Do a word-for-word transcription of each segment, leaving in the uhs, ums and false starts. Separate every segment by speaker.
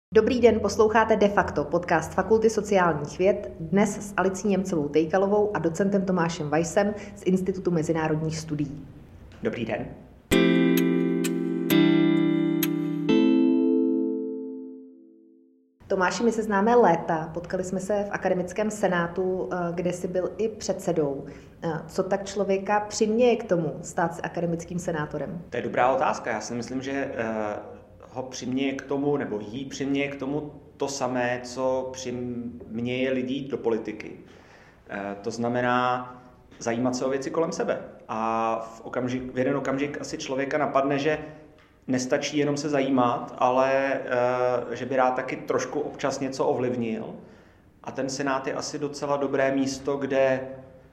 Speaker 1: Dobrý den, posloucháte De facto, podcast Fakulty sociálních věd, dnes s Alicí Němcovou Tejkalovou a docentem Tomášem Weissem z Institutu mezinárodních studií.
Speaker 2: Dobrý den.
Speaker 1: Tomáši, my se známe léta, potkali jsme se v akademickém senátu, kde jsi byl i předsedou. Co tak člověka přiměje k tomu stát se akademickým senátorem?
Speaker 2: To je dobrá otázka. Já si myslím, že ho přiměje k tomu, nebo jí přiměje k tomu to samé, co přiměje lidí do politiky. To znamená zajímat se o věci kolem sebe. A v, okamžik, v jeden okamžik asi člověka napadne, že nestačí jenom se zajímat, ale že by rád taky trošku občas něco ovlivnil. A ten senát je asi docela dobré místo, kde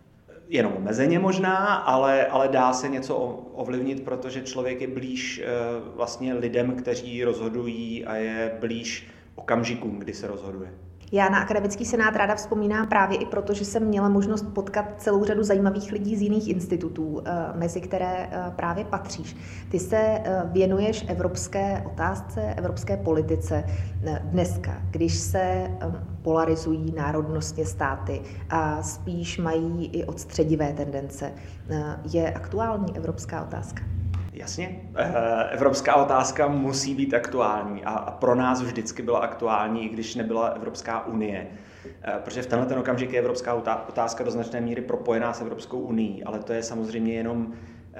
Speaker 2: jenom omezeně možná, ale, ale dá se něco ovlivnit, protože člověk je blíž vlastně lidem, kteří rozhodují a je blíž okamžikům, kdy se rozhoduje.
Speaker 1: Já na akademický senát ráda vzpomínám právě i proto, že jsem měla možnost potkat celou řadu zajímavých lidí z jiných institutů, mezi které právě patříš. Ty se věnuješ evropské otázce, evropské politice dneska, když se polarizují národnostně státy a spíš mají i odstředivé tendence. Je aktuální evropská otázka?
Speaker 2: Jasně. Evropská otázka musí být aktuální a pro nás vždycky byla aktuální, i když nebyla Evropská unie. Protože v tenhle ten okamžik je evropská otázka do značné míry propojená s Evropskou unií, ale to je samozřejmě jenom,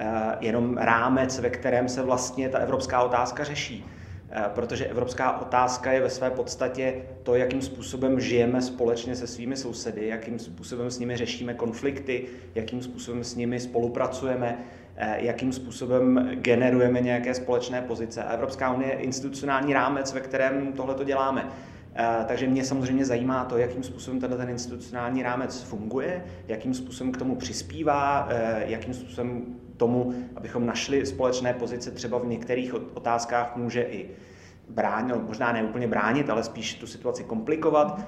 Speaker 2: jenom rámec, ve kterém se vlastně ta evropská otázka řeší. Protože evropská otázka je ve své podstatě to, jakým způsobem žijeme společně se svými sousedy, jakým způsobem s nimi řešíme konflikty, jakým způsobem s nimi spolupracujeme, jakým způsobem generujeme nějaké společné pozice. A Evropská unie je institucionální rámec, ve kterém tohleto děláme. Takže mě samozřejmě zajímá to, jakým způsobem tenhle ten institucionální rámec funguje, jakým způsobem k tomu přispívá, jakým způsobem tomu, abychom našli společné pozice, třeba v některých otázkách může i bránit, no, možná ne úplně bránit, ale spíš tu situaci komplikovat.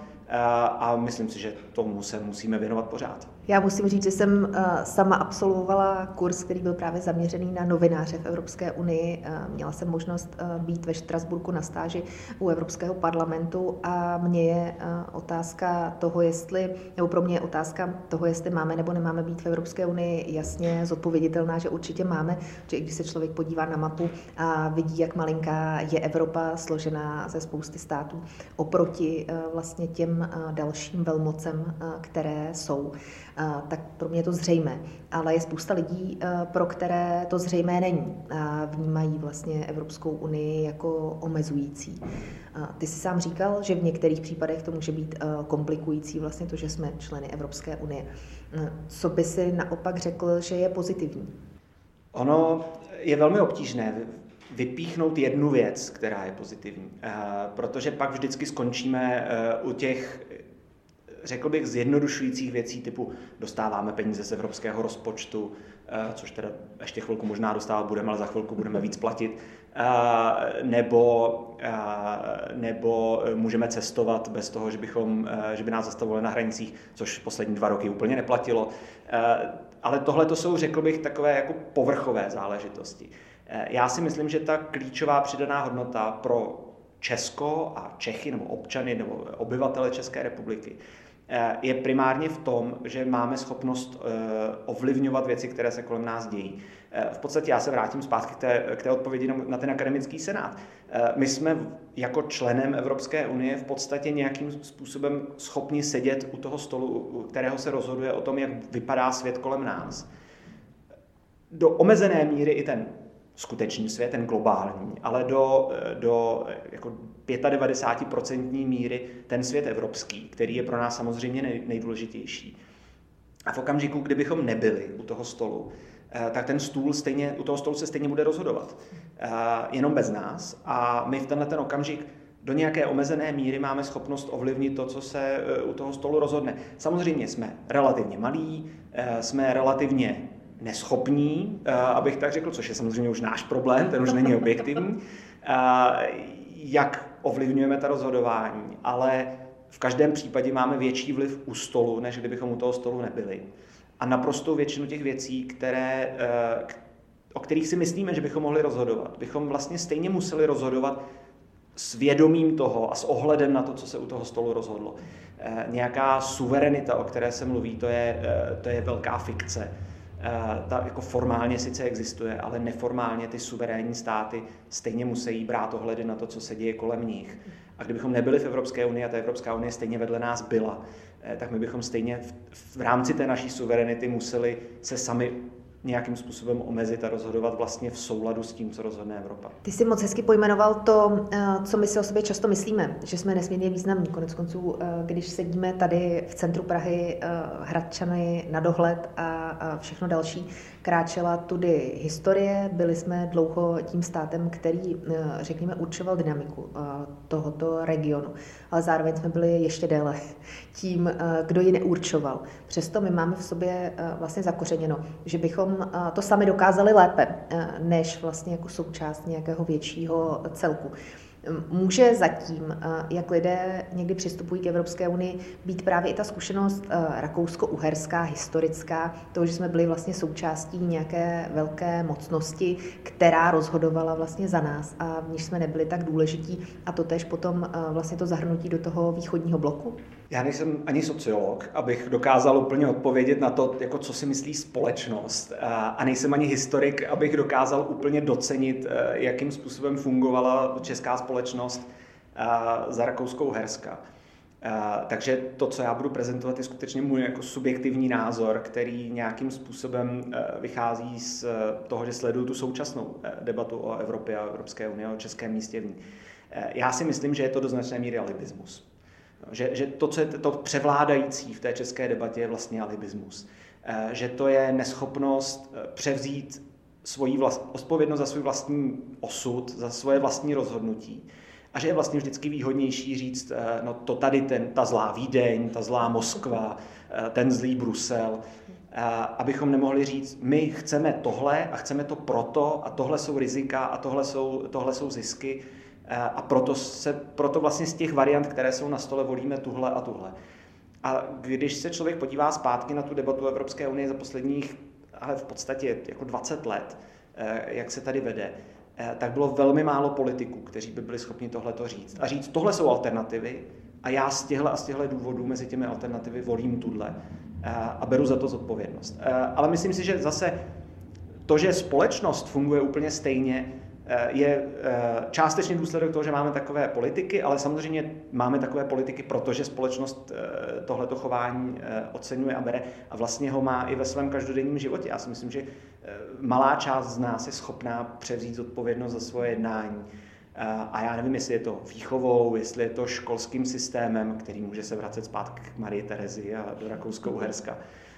Speaker 2: A myslím si, že tomu se musíme věnovat pořád.
Speaker 1: Já musím říct, že jsem sama absolvovala kurz, který byl právě zaměřený na novináře v Evropské unii. Měla jsem možnost být ve Štrasburku na stáži u Evropského parlamentu a mě je otázka toho, jestli, nebo pro mě je otázka toho, jestli máme nebo nemáme být v Evropské unii jasně zodpověditelná, že určitě máme, že i když se člověk podívá na mapu a vidí, jak malinká je Evropa složená ze spousty států oproti vlastně těm dalším velmocem, které jsou, tak pro mě je to zřejmé. Ale je spousta lidí, pro které to zřejmé není. Vnímají vlastně Evropskou unii jako omezující. Ty jsi sám říkal, že v některých případech to může být komplikující vlastně to, že jsme členy Evropské unie. Co by si naopak řekl, že je pozitivní?
Speaker 2: Ono je velmi obtížné vypíchnout jednu věc, která je pozitivní, protože pak vždycky skončíme u těch, řekl bych, zjednodušujících věcí typu dostáváme peníze z evropského rozpočtu, což teda ještě chvilku možná dostávat budeme, ale za chvilku budeme víc platit, nebo, nebo můžeme cestovat bez toho, že, bychom, že by nás zastavovali na hranicích, což poslední dva roky úplně neplatilo. Ale tohle to jsou, řekl bych, takové jako povrchové záležitosti. Já si myslím, že ta klíčová přidaná hodnota pro Česko a Čechy nebo občany nebo obyvatele České republiky je primárně v tom, že máme schopnost ovlivňovat věci, které se kolem nás dějí. V podstatě já se vrátím zpátky k té, k té odpovědi na ten akademický senát. My jsme jako členem Evropské unie v podstatě nějakým způsobem schopni sedět u toho stolu, u kterého se rozhoduje o tom, jak vypadá svět kolem nás. Do omezené míry i ten skutečný svět, ten globální, ale do, do jako devadesát pět procent míry ten svět evropský, který je pro nás samozřejmě nej, nejdůležitější. A v okamžiku, kdybychom nebyli u toho stolu, tak ten stůl stejně, u toho stolu se stejně bude rozhodovat. Jenom bez nás. A my v tenhle ten okamžik do nějaké omezené míry máme schopnost ovlivnit to, co se u toho stolu rozhodne. Samozřejmě jsme relativně malí, jsme relativně neschopní, abych tak řekl, což je samozřejmě už náš problém, ten už není objektivní, jak ovlivňujeme ta rozhodování, ale v každém případě máme větší vliv u stolu, než kdybychom u toho stolu nebyli. A naprostou většinu těch věcí, které, o kterých si myslíme, že bychom mohli rozhodovat, bychom vlastně stejně museli rozhodovat s vědomím toho a s ohledem na to, co se u toho stolu rozhodlo. Nějaká suverenita, o které se mluví, to je, to je velká fikce. Ta jako formálně sice existuje, ale neformálně ty suverénní státy stejně musí brát ohledy na to, co se děje kolem nich. A kdybychom nebyli v Evropské unii a ta Evropská unie stejně vedle nás byla, tak my bychom stejně v, v rámci té naší suverenity museli se sami nějakým způsobem omezit a rozhodovat vlastně v souladu s tím, co rozhodne Evropa.
Speaker 1: Ty jsi moc hezky pojmenoval to, co my si o sobě často myslíme, že jsme nesmírně významní. Konec konců, když sedíme tady v centru Prahy, Hradčany na dohled a všechno další, kráčela tudy historie, byli jsme dlouho tím státem, který, řekněme, určoval dynamiku tohoto regionu, ale zároveň jsme byli ještě déle tím, kdo ji neurčoval. Přesto my máme v sobě vlastně zakořeněno, že bychom to sami dokázali lépe, než vlastně jako součást nějakého většího celku. Může zatím, jak lidé někdy přistupují k Evropské unii, být právě i ta zkušenost rakousko-uherská, historická, toho, že jsme byli vlastně součástí nějaké velké mocnosti, která rozhodovala vlastně za nás a v níž jsme nebyli tak důležití, a to též potom vlastně to zahrnutí do toho východního bloku?
Speaker 2: Já nejsem ani sociolog, abych dokázal úplně odpovědět na to, jako co si myslí společnost, a nejsem ani historik, abych dokázal úplně docenit, jakým způsobem fungovala česká společnost za Rakousko-Uherska. Takže to, co já budu prezentovat, je skutečně můj jako subjektivní názor, který nějakým způsobem vychází z toho, že sleduju tu současnou debatu o Evropě a Evropské unii, o českém místě v ní. Já si myslím, že je to do značné míry alibismus. Že, že to, co je to převládající v té české debatě, je vlastně alibismus. Že to je neschopnost převzít svoji vlast, odpovědnost za svůj vlastní osud, za svoje vlastní rozhodnutí. A že je vlastně vždycky výhodnější říct, no to tady ten, ta zlá Vídeň, ta zlá Moskva, ten zlý Brusel, abychom nemohli říct, my chceme tohle a chceme to proto a tohle jsou rizika a tohle jsou, tohle jsou zisky. A proto, se, proto vlastně z těch variant, které jsou na stole, volíme tuhle a tuhle. A když se člověk podívá zpátky na tu debatu Evropské unie za posledních, ale v podstatě jako dvacet let, jak se tady vede, tak bylo velmi málo politiků, kteří by byli schopni tohleto říct. A říct, tohle jsou alternativy a já z těchto a z těchto důvodů mezi těmi alternativy volím tuhle a beru za to zodpovědnost. Ale myslím si, že zase to, že společnost funguje úplně stejně, je částečně důsledek toho, že máme takové politiky, ale samozřejmě máme takové politiky, protože společnost tohleto chování oceňuje a bere a vlastně ho má i ve svém každodenním životě. Já si myslím, že malá část z nás je schopná převzít zodpovědnost za svoje jednání. A já nevím, jestli je to výchovou, jestli je to školským systémem, který může se vracet zpátky k Marii Terezii a do Rakouska-Uherska,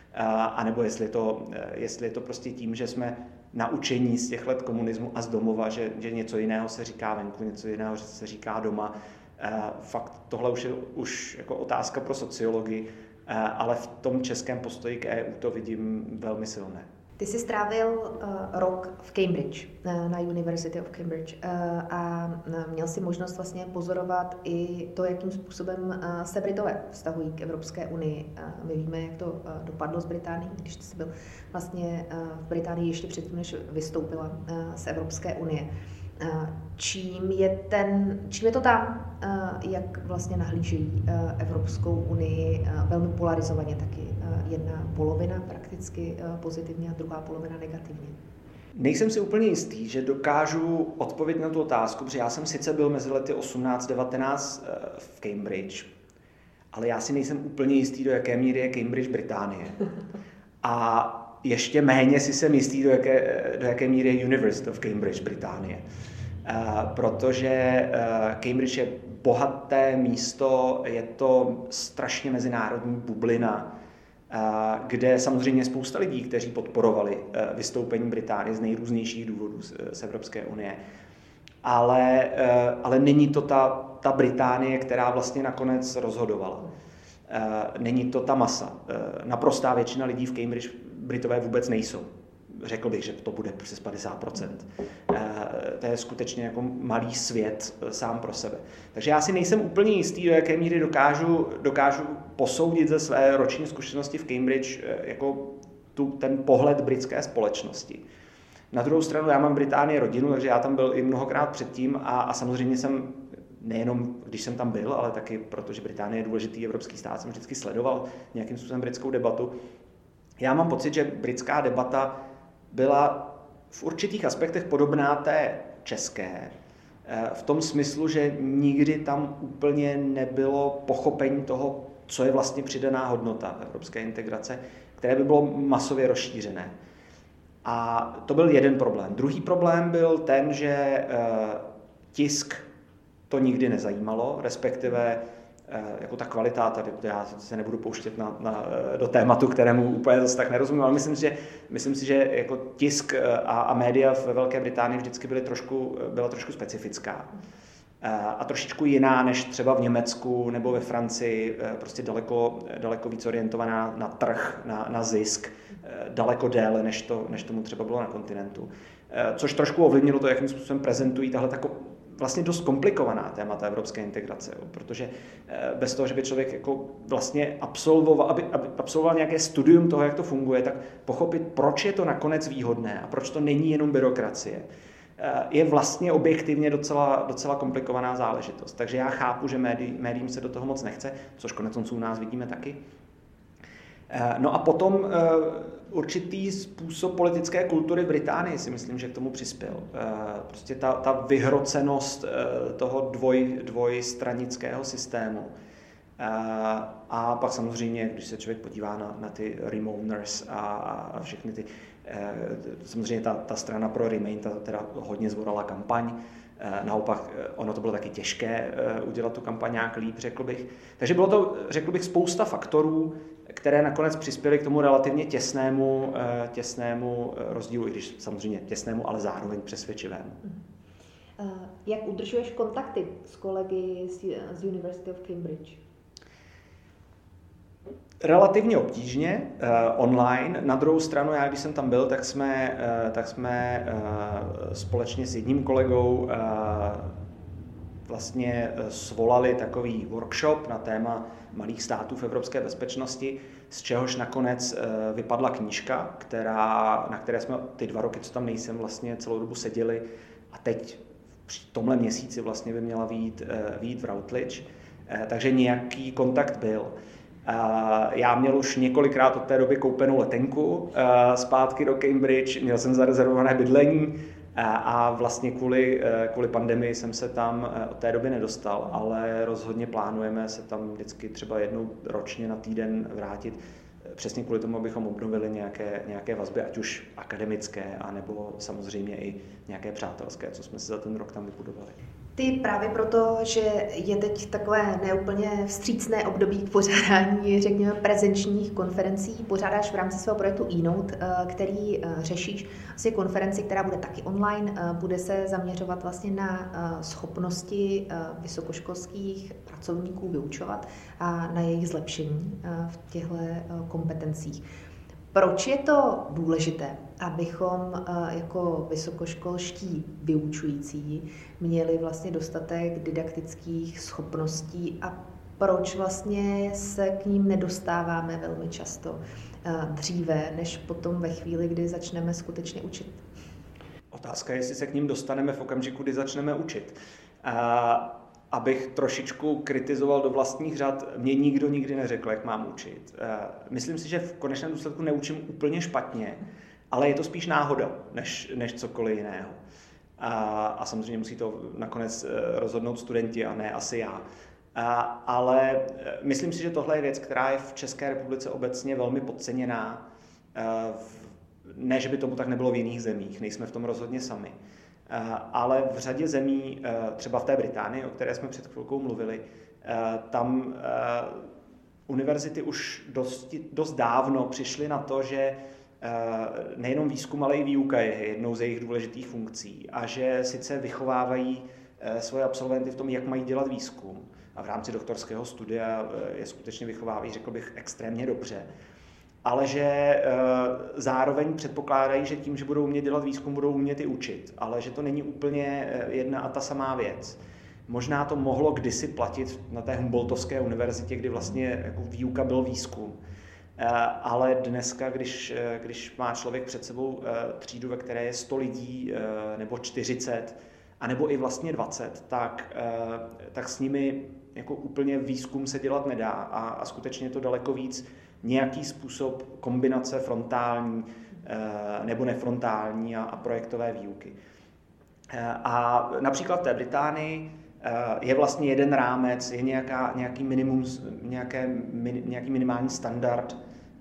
Speaker 2: a nebo jestli je to, jestli je to prostě tím, že jsme naučení z těch let komunismu a z domova, že, že něco jiného se říká venku, něco jiného se říká doma. Fakt tohle už je už jako otázka pro sociologii, ale v tom českém postoji k E U to vidím velmi silné.
Speaker 1: Ty jsi strávil uh, rok v Cambridge, uh, na University of Cambridge, uh, a uh, měl si možnost vlastně pozorovat i to, jakým způsobem uh, se Britové vztahují k Evropské unii. Uh, my víme, jak to uh, dopadlo s Británií, když jsi byl vlastně uh, v Británii ještě předtím, než vystoupila uh, z Evropské unie. Uh, čím je, ten, čím je to tam, uh, jak vlastně nahlížejí uh, Evropskou unii uh, velmi polarizovaně taky. Jedna polovina prakticky pozitivně a druhá polovina negativně.
Speaker 2: Nejsem si úplně jistý, že dokážu odpovědět na tu otázku, protože já jsem sice byl mezi lety osmnáct devatenáct v Cambridge, ale já si nejsem úplně jistý, do jaké míry je Cambridge Británie. A ještě méně si jsem jistý, do jaké, do jaké míry je University of Cambridge Británie. Protože Cambridge je bohaté místo, je to strašně mezinárodní bublina, kde samozřejmě je spousta lidí, kteří podporovali vystoupení Británie z nejrůznějších důvodů z Evropské unie. Ale, ale není to ta, ta Británie, která vlastně nakonec rozhodovala. Není to ta masa. Naprostá většina lidí v Cambridge Britové vůbec nejsou. Řekl bych, že to bude přes padesát procent. To je skutečně jako malý svět sám pro sebe. Takže já si nejsem úplně jistý, do jaké míry dokážu, dokážu posoudit ze své roční zkušenosti v Cambridge jako tu, ten pohled britské společnosti. Na druhou stranu já mám v Británii rodinu, takže já tam byl i mnohokrát předtím a, a samozřejmě jsem nejenom když jsem tam byl, ale taky protože Británie je důležitý evropský stát, jsem vždycky sledoval nějakým způsobem britskou debatu. Já mám pocit, že britská debata byla v určitých aspektech podobná té české, v tom smyslu, že nikdy tam úplně nebylo pochopení toho, co je vlastně přidaná hodnota evropské integrace, které by bylo masově rozšířené. A to byl jeden problém. Druhý problém byl ten, že tisk to nikdy nezajímalo, respektive jako ta kvalita, tady já se nebudu pouštět na, na, do tématu, kterému úplně zase tak nerozumím, ale myslím si, že, myslím si, že jako tisk a, a média ve Velké Británii vždycky byly trošku, byla trošku specifická. A trošičku jiná než třeba v Německu nebo ve Francii, prostě daleko, daleko víc orientovaná na trh, na, na zisk, daleko déle, než, to, než tomu třeba bylo na kontinentu. Což trošku ovlivnilo to, jakým způsobem prezentují tahle tako, vlastně dost komplikovaná témata evropské integrace, jo, protože bez toho, že by člověk jako vlastně absolvoval, aby, aby absolvoval nějaké studium toho, jak to funguje, tak pochopit, proč je to nakonec výhodné a proč to není jenom byrokracie, je vlastně objektivně docela, docela komplikovaná záležitost. Takže já chápu, že médi, médiím se do toho moc nechce, což koneckonců u nás vidíme taky. No a potom určitý způsob politické kultury v Británii si myslím, že k tomu přispěl. Prostě ta, ta vyhrocenost toho dvoj, dvojstranického systému. A pak samozřejmě, když se člověk podívá na, na ty Remainers a, a všechny ty, samozřejmě ta, ta strana pro Remain, ta teda hodně zvorala kampaň, naopak ono to bylo taky těžké udělat tu kampaň nějak líp, řekl bych. Takže bylo to, řekl bych, spousta faktorů, které nakonec přispěly k tomu relativně těsnému, těsnému rozdílu, i když samozřejmě těsnému, ale zároveň přesvědčivému.
Speaker 1: Jak udržuješ kontakty s kolegy z University of Cambridge?
Speaker 2: Relativně obtížně, uh, online. Na druhou stranu, já když jsem tam byl, tak jsme, uh, tak jsme uh, společně s jedním kolegou uh, vlastně svolali takový workshop na téma malých států v evropské bezpečnosti, z čehož nakonec uh, vypadla knížka, která, na které jsme ty dva roky, co tam nejsem, vlastně celou dobu seděli a teď v tomhle měsíci vlastně by měla vyjít, uh, vyjít v Routledge, uh, takže nějaký kontakt byl. Já měl už několikrát od té doby koupenou letenku zpátky do Cambridge, měl jsem zarezervované bydlení a vlastně kvůli, kvůli pandemii jsem se tam od té doby nedostal, ale rozhodně plánujeme se tam vždycky třeba jednou ročně na týden vrátit, přesně kvůli tomu, abychom obnovili nějaké, nějaké vazby, ať už akademické, anebo samozřejmě i nějaké přátelské, co jsme si za ten rok tam vybudovali.
Speaker 1: Ty právě proto, že je teď takové neúplně vstřícné období k pořádání, řekněme, prezenčních konferencí, pořádáš v rámci svého projektu eNote, který řešíš vlastně konferenci, která bude taky online, bude se zaměřovat vlastně na schopnosti vysokoškolských pracovníků vyučovat a na jejich zlepšení v těchto kompetencích. Proč je to důležité, abychom jako vysokoškolští vyučující měli vlastně dostatek didaktických schopností a proč vlastně se k ním nedostáváme velmi často dříve, než potom ve chvíli, kdy začneme skutečně učit?
Speaker 2: Otázka je, jestli se k ním dostaneme v okamžiku, kdy začneme učit. A... Abych trošičku kritizoval do vlastních řad, mě nikdo nikdy neřekl, jak mám učit. Myslím si, že v konečném důsledku neučím úplně špatně, ale je to spíš náhoda, než, než cokoliv jiného. A, a samozřejmě musí to nakonec rozhodnout studenti a ne asi já. A, ale myslím si, že tohle je věc, která je v České republice obecně velmi podceněná. Ne, že by tomu tak nebylo v jiných zemích, nejsme v tom rozhodně sami. Ale v řadě zemí, třeba v té Británii, o které jsme před chvilkou mluvili, tam univerzity už dost, dost dávno přišly na to, že nejenom výzkum, ale i výuka je jednou z jejich důležitých funkcí a že sice vychovávají svoje absolventy v tom, jak mají dělat výzkum a v rámci doktorského studia je skutečně vychovávají, řekl bych, extrémně dobře, ale že e, zároveň předpokládají, že tím, že budou umět dělat výzkum, budou umět i učit, ale že to není úplně jedna a ta samá věc. Možná to mohlo kdysi platit na té Humboldtovské univerzitě, kdy vlastně jako výuka byl výzkum. E, ale dneska, když, když má člověk před sebou e, třídu, ve které je sto lidí e, nebo čtyřicet anebo i vlastně dvacet, tak, tak s nimi jako úplně výzkum se dělat nedá a, a skutečně je to daleko víc nějaký způsob kombinace frontální nebo nefrontální a, a projektové výuky. A například v té Británii je vlastně jeden rámec, je nějaká, nějaký, minimum, nějaké, min, nějaký minimální standard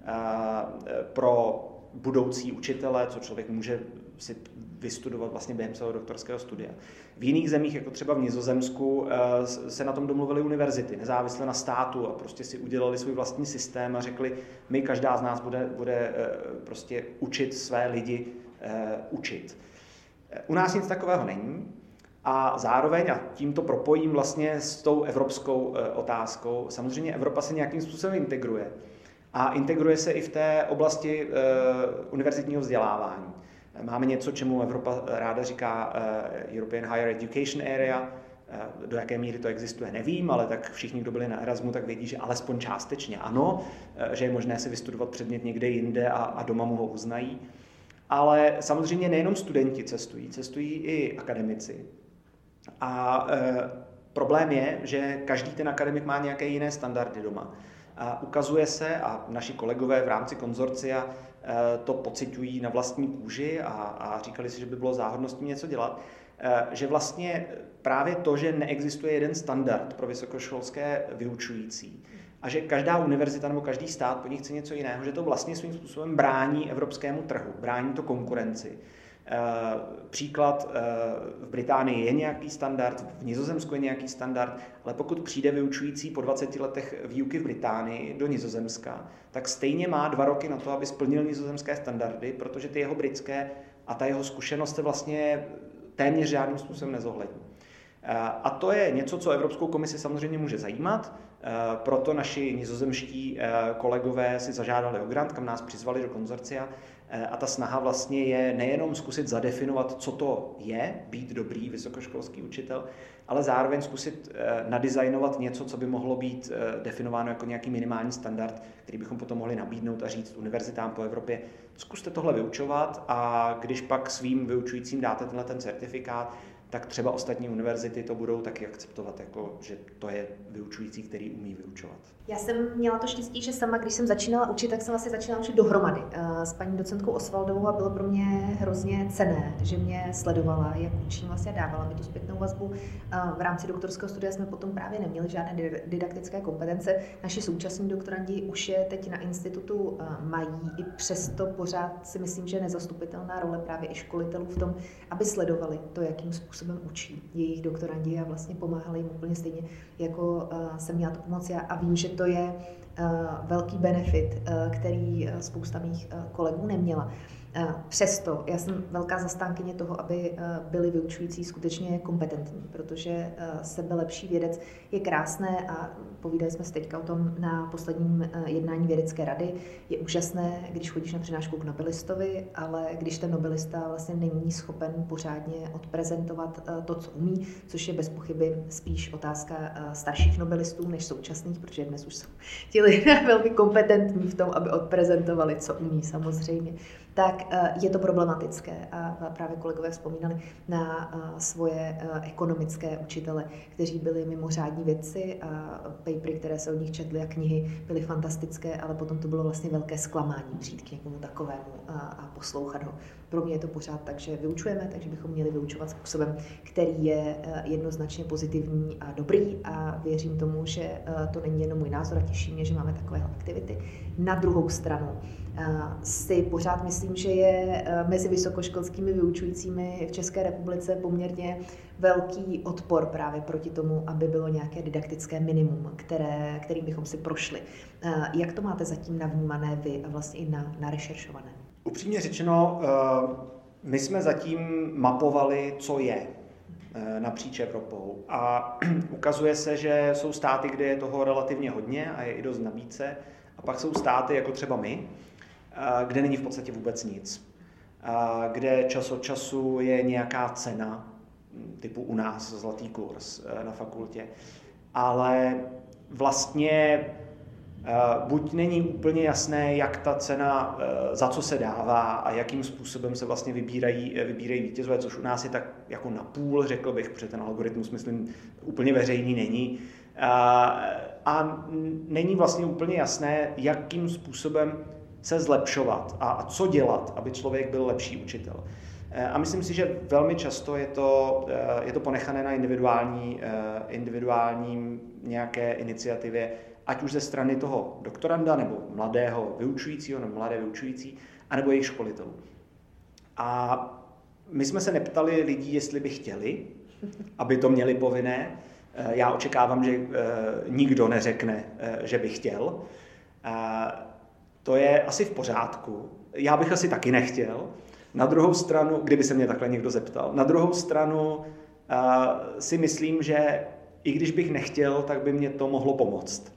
Speaker 2: pro budoucí učitele, co člověk může si vystudovat vlastně během svého doktorského studia. V jiných zemích, jako třeba v Nizozemsku, se na tom domluvily univerzity, nezávisle na státu a prostě si udělali svůj vlastní systém a řekli, my, každá z nás bude, bude prostě učit své lidi učit. U nás nic takového není a zároveň, a tím to propojím vlastně s tou evropskou otázkou, samozřejmě Evropa se nějakým způsobem integruje. A integruje se i v té oblasti uh, univerzitního vzdělávání. Máme něco, čemu Evropa ráda říká uh, European Higher Education Area. Uh, do jaké míry to existuje, nevím, ale tak všichni, kdo byli na Erasmu, tak vědí, že alespoň částečně ano, uh, že je možné si vystudovat předmět někde jinde a, a doma mu ho uznají. Ale samozřejmě nejenom studenti cestují, cestují i akademici. A uh, problém je, že každý ten akademik má nějaké jiné standardy doma. A ukazuje se, a naši kolegové v rámci konzorcia to pociťují na vlastní kůži a, a říkali si, že by bylo záhodno s tím něco dělat, že vlastně právě to, že neexistuje jeden standard pro vysokoškolské vyučující a že každá univerzita nebo každý stát po nich chce něco jiného, že to vlastně svým způsobem brání evropskému trhu, brání to konkurenci. Příklad, v Británii je nějaký standard, v Nizozemsku je nějaký standard, ale pokud přijde vyučující po dvaceti letech výuky v Británii do Nizozemska, tak stejně má dva roky na to, aby splnil nizozemské standardy, protože ty jeho britské a ta jeho zkušenost se vlastně téměř žádným způsobem nezohlední. A to je něco, co Evropskou komisi samozřejmě může zajímat, proto naši nizozemští kolegové si zažádali o grant, kam nás přizvali do konzorcia. A ta snaha vlastně je nejenom zkusit zadefinovat, co to je být dobrý vysokoškolský učitel, ale zároveň zkusit nadizajnovat něco, co by mohlo být definováno jako nějaký minimální standard, který bychom potom mohli nabídnout a říct univerzitám po Evropě, zkuste tohle vyučovat a když pak svým vyučujícím dáte tenhle ten certifikát, tak třeba ostatní univerzity to budou taky akceptovat, jako, že to je vyučující, který umí vyučovat.
Speaker 1: Já jsem měla to štěstí, že sama, když jsem začínala učit, tak jsem vlastně začínala učit dohromady s paní docentkou Osvaldovou a bylo pro mě hrozně cenné, že mě sledovala, jak učím, vlastně dávala mi tu zpětnou vazbu. V rámci doktorského studia jsme potom právě neměli žádné didaktické kompetence. Naši současní doktorandi už je teď na institutu mají, i přesto pořád si myslím, že je nezastupitelná role právě i školitelů v tom, aby sledovali to, jakým způsobem učí jejich doktorandi a vlastně pomáhali jim úplně stejně, jako jsem měla tu pomoc já a vím, že to je velký benefit, který spousta mých kolegů neměla. Přesto já jsem velká zastánkyně toho, aby byli vyučující skutečně kompetentní, protože sebelepší vědec je krásné a povídali jsme si teďka o tom na posledním jednání vědecké rady. Je úžasné, když chodíš na přednášku k nobelistovi, ale když ten nobelista vlastně není schopen pořádně odprezentovat to, co umí, což je bez pochyby spíš otázka starších nobelistů než současných, protože dnes už jsou ti lidé velmi kompetentní v tom, aby odprezentovali, co umí samozřejmě. Tak je to problematické a právě kolegové vzpomínali na svoje ekonomické učitele, kteří byli mimořádní vědci a papery, které se od nich četly a knihy byly fantastické, ale potom to bylo vlastně velké zklamání přijít k někomu takovému a poslouchat ho. Pro mě je to pořád tak, že vyučujeme, takže bychom měli vyučovat způsobem, který je jednoznačně pozitivní a dobrý a věřím tomu, že to není jenom můj názor a těší mě, že máme takové aktivity. Na druhou stranu si pořád myslím, že je mezi vysokoškolskými vyučujícími v České republice poměrně velký odpor právě proti tomu, aby bylo nějaké didaktické minimum, které, kterým bychom si prošli. Jak to máte zatím navnímané vy a vlastně i na, narešeršované?
Speaker 2: Upřímně řečeno, my jsme zatím mapovali, co je napříč Evropou a ukazuje se, že jsou státy, kde je toho relativně hodně a je i dost nabídce, a pak jsou státy, jako třeba my, kde není v podstatě vůbec nic. Kde čas od času je nějaká cena, typu u nás zlatý kurz na fakultě. Ale vlastně Buď není úplně jasné, jak ta cena, za co se dává a jakým způsobem se vlastně vybírají, vybírají vítězové, což u nás je tak jako na půl, řekl bych, protože ten algoritmus, myslím, úplně veřejný není. A není vlastně úplně jasné, jakým způsobem se zlepšovat a co dělat, aby člověk byl lepší učitel. A myslím si, že velmi často je to, je to ponechané na individuální, individuální nějaké iniciativě, ať už ze strany toho doktoranda, nebo mladého vyučujícího, nebo mladé vyučující, anebo jejich školitelů. A my jsme se neptali lidí, jestli by chtěli, aby to měli povinné. Já očekávám, že nikdo neřekne, že by chtěl. To je asi v pořádku. Já bych asi taky nechtěl. Na druhou stranu, kdyby se mě takhle někdo zeptal, na druhou stranu si myslím, že i když bych nechtěl, tak by mě to mohlo pomoct.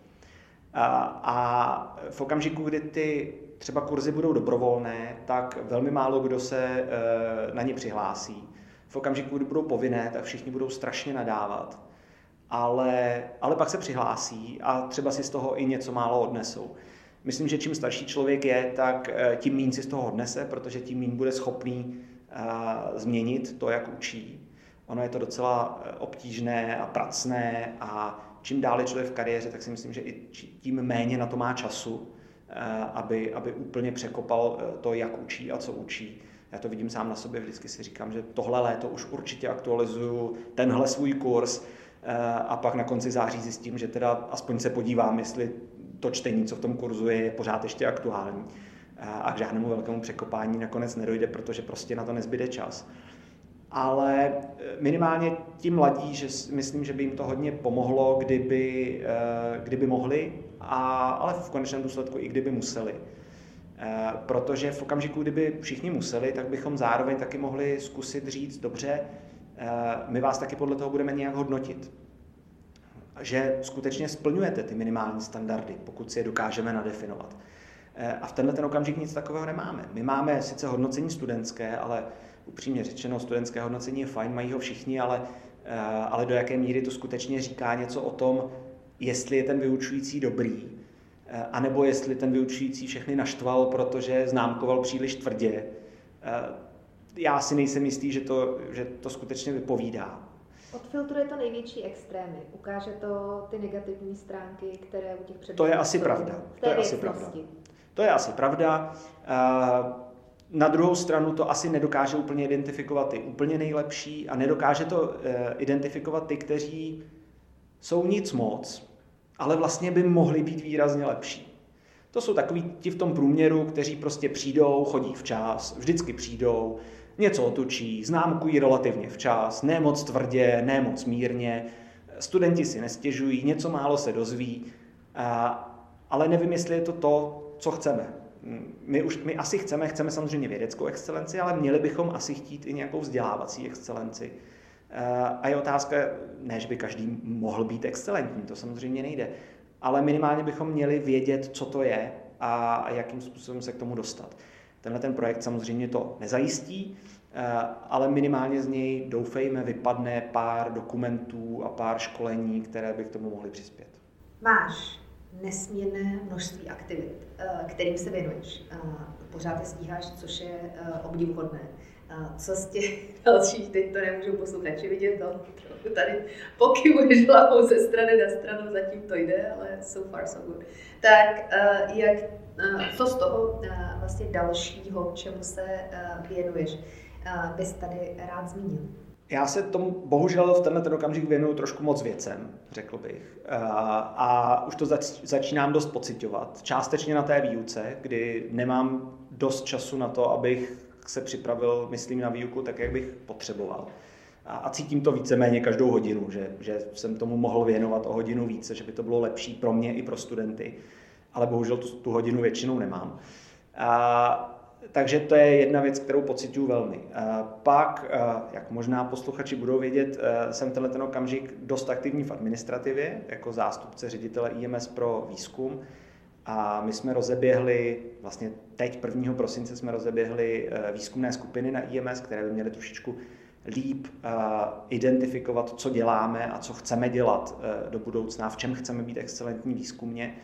Speaker 2: A v okamžiku, kdy ty třeba kurzy budou dobrovolné, tak velmi málo kdo se na ně přihlásí. V okamžiku, kdy budou povinné, tak všichni budou strašně nadávat. Ale, ale pak se přihlásí a třeba si z toho i něco málo odnesou. Myslím, že čím starší člověk je, tak tím méně si z toho odnese, protože tím méně bude schopný změnit to, jak učí. Ono je to docela obtížné a pracné a čím dál je člověk v kariéře, tak si myslím, že i tím méně na to má času, aby, aby úplně překopal to, jak učí a co učí. Já to vidím sám na sobě, vždycky si říkám, že tohle léto už určitě aktualizuju tenhle svůj kurz a pak na konci září zjistím, že teda aspoň se podívám, jestli to čtení, co v tom kurzu je, je pořád ještě aktuální. A k žádnému velkému překopání nakonec nedojde, protože prostě na to nezbyde čas. Ale minimálně ti mladí, že myslím, že by jim to hodně pomohlo, kdyby, kdyby mohli, a, ale v konečném důsledku i kdyby museli. Protože v okamžiku, kdyby všichni museli, tak bychom zároveň taky mohli zkusit říct, dobře, my vás taky podle toho budeme nějak hodnotit. Že skutečně splňujete ty minimální standardy, pokud si je dokážeme nadefinovat. A v tenhle ten okamžik nic takového nemáme. My máme sice hodnocení studentské, ale upřímně řečeno, studentské hodnocení je fajn, mají ho všichni, ale, ale do jaké míry to skutečně říká něco o tom, jestli je ten vyučující dobrý, anebo jestli ten vyučující všechny naštval, protože známkoval příliš tvrdě. Já si nejsem jistý, že to, že to skutečně vypovídá.
Speaker 1: Odfiltruje to největší extrémy, ukáže to ty negativní stránky, které u těch předmětů.
Speaker 2: To je asi pravda. To je asi pravda. To je asi pravda. Na druhou stranu to asi nedokáže úplně identifikovat ty úplně nejlepší a nedokáže to identifikovat ty, kteří jsou nic moc, ale vlastně by mohli být výrazně lepší. To jsou takoví ti v tom průměru, kteří prostě přijdou, chodí včas, vždycky přijdou, něco otočí, známkují relativně včas, ne moc tvrdě, ne moc mírně, studenti si nestěžují, něco málo se dozví, ale nevím, jestli je to to, co chceme. My, už, my asi chceme, chceme samozřejmě vědeckou excelenci, ale měli bychom asi chtít i nějakou vzdělávací excelenci. A je otázka, ne, že by každý mohl být excelentní, to samozřejmě nejde, ale minimálně bychom měli vědět, co to je a jakým způsobem se k tomu dostat. Tenhle ten projekt samozřejmě to nezajistí, ale minimálně z něj, doufejme, vypadne pár dokumentů a pár školení, které by k tomu mohly přispět.
Speaker 1: Máš nesmírné množství aktivit, kterým se věnuješ. Pořád je stíháš, což je obdivuhodné. Co z těch dalších, teď to nemůžu posluchači vidět, to trochu tady pokyvuješ hlavou ze strany na stranu, zatím to jde, ale so far so good. Tak jak, co z toho vlastně dalšího, čemu se věnuješ, bys tady rád zmínil?
Speaker 2: Já se tomu bohužel v tenhle ten okamžik věnuju trošku moc věcem, řekl bych. A už to zač- začínám dost pociťovat. Částečně na té výuce, kdy nemám dost času na to, abych se připravil, myslím, na výuku tak, jak bych potřeboval. A cítím to víceméně každou hodinu, že, že jsem tomu mohl věnovat o hodinu více, že by to bylo lepší pro mě i pro studenty. Ale bohužel tu, tu hodinu většinou nemám. A, takže to je jedna věc, kterou pociťuji velmi. A pak, jak možná posluchači budou vědět, jsem tenhle ten okamžik dost aktivní v administrativě, jako zástupce ředitele I M S pro výzkum. A my jsme rozeběhli, vlastně teď prvního prosince jsme rozeběhli výzkumné skupiny na I M S, které by měly trošičku líp identifikovat, co děláme a co chceme dělat do budoucna, v čem chceme být excelentní výzkumně.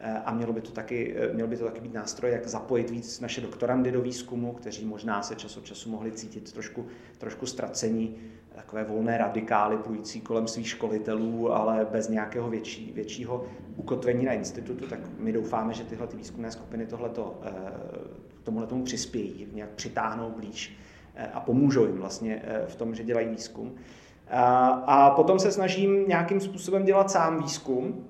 Speaker 2: a mělo by to taky, mělo by to taky být nástroj, jak zapojit víc naše doktorandy do výzkumu, kteří možná se čas od času mohli cítit trošku, trošku ztracení, takové volné radikály plující kolem svých školitelů, ale bez nějakého větší, většího ukotvení na institutu, tak my doufáme, že tyhle ty výzkumné skupiny tohleto, tomuhle tomu přispějí, nějak přitáhnou blíž a pomůžou jim vlastně v tom, že dělají výzkum. A potom se snažím nějakým způsobem dělat sám výzkum,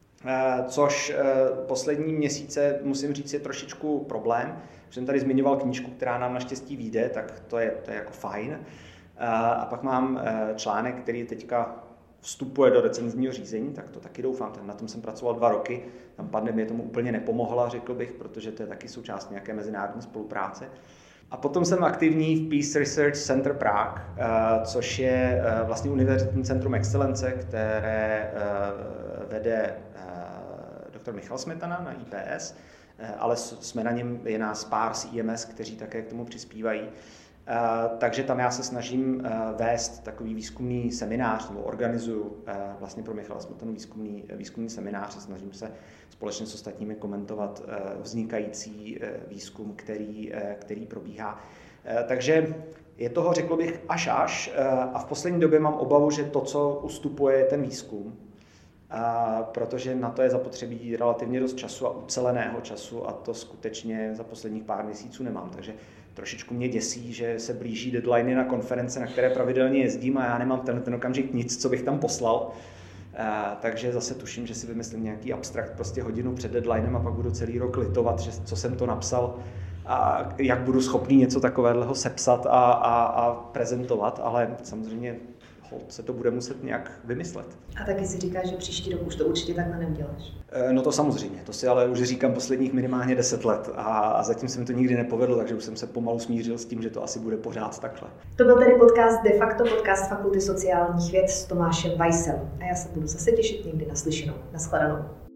Speaker 2: což poslední měsíce, musím říct, je trošičku problém. Už jsem tady zmiňoval knížku, která nám naštěstí vyjde, tak to je, to je jako fajn. A pak mám článek, který teďka vstupuje do recenzního řízení, tak to taky doufám. Na tom jsem pracoval dva roky, tam pandemie tomu úplně nepomohla, řekl bych, protože to je taky součást nějaké mezinárodní spolupráce. A potom jsem aktivní v Peace Research Center Prague, což je vlastně univerzitní centrum excelence, které vede doktor Michal Smetana na I P S, ale jsme na něm, je nás pár z I M S, kteří také k tomu přispívají. Takže tam já se snažím vést takový výzkumný seminář, nebo organizuju vlastně pro Michala Smetanu výzkumný, výzkumný seminář a snažím se společně s ostatními komentovat vznikající výzkum, který, který probíhá. Takže je toho, řekl bych, až až a v poslední době mám obavu, že to, co ustupuje, je ten výzkum, protože na to je zapotřebí relativně dost času a uceleného času a to skutečně za posledních pár měsíců nemám. Takže trošičku mě děsí, že se blíží deadliny na konference, na které pravidelně jezdím a já nemám ten, ten okamžik nic, co bych tam poslal. Takže zase tuším, že si vymyslím nějaký abstrakt prostě hodinu před deadlinem a pak budu celý rok litovat, že, co jsem to napsal a jak budu schopný něco takového sepsat a, a, a prezentovat, ale samozřejmě hold se to bude muset nějak vymyslet.
Speaker 1: A taky si říkáš, že příští rok už to určitě takhle neuděláš.
Speaker 2: No to samozřejmě, to si ale už říkám posledních minimálně deset let a, a zatím se mi to nikdy nepovedlo, takže už jsem se pomalu smířil s tím, že to asi bude pořád takhle.
Speaker 1: To byl tedy podcast De facto, podcast Fakulty sociálních věd s Tomášem Weissem a já se budu zase těšit někdy naslyšenou. Nashledanou.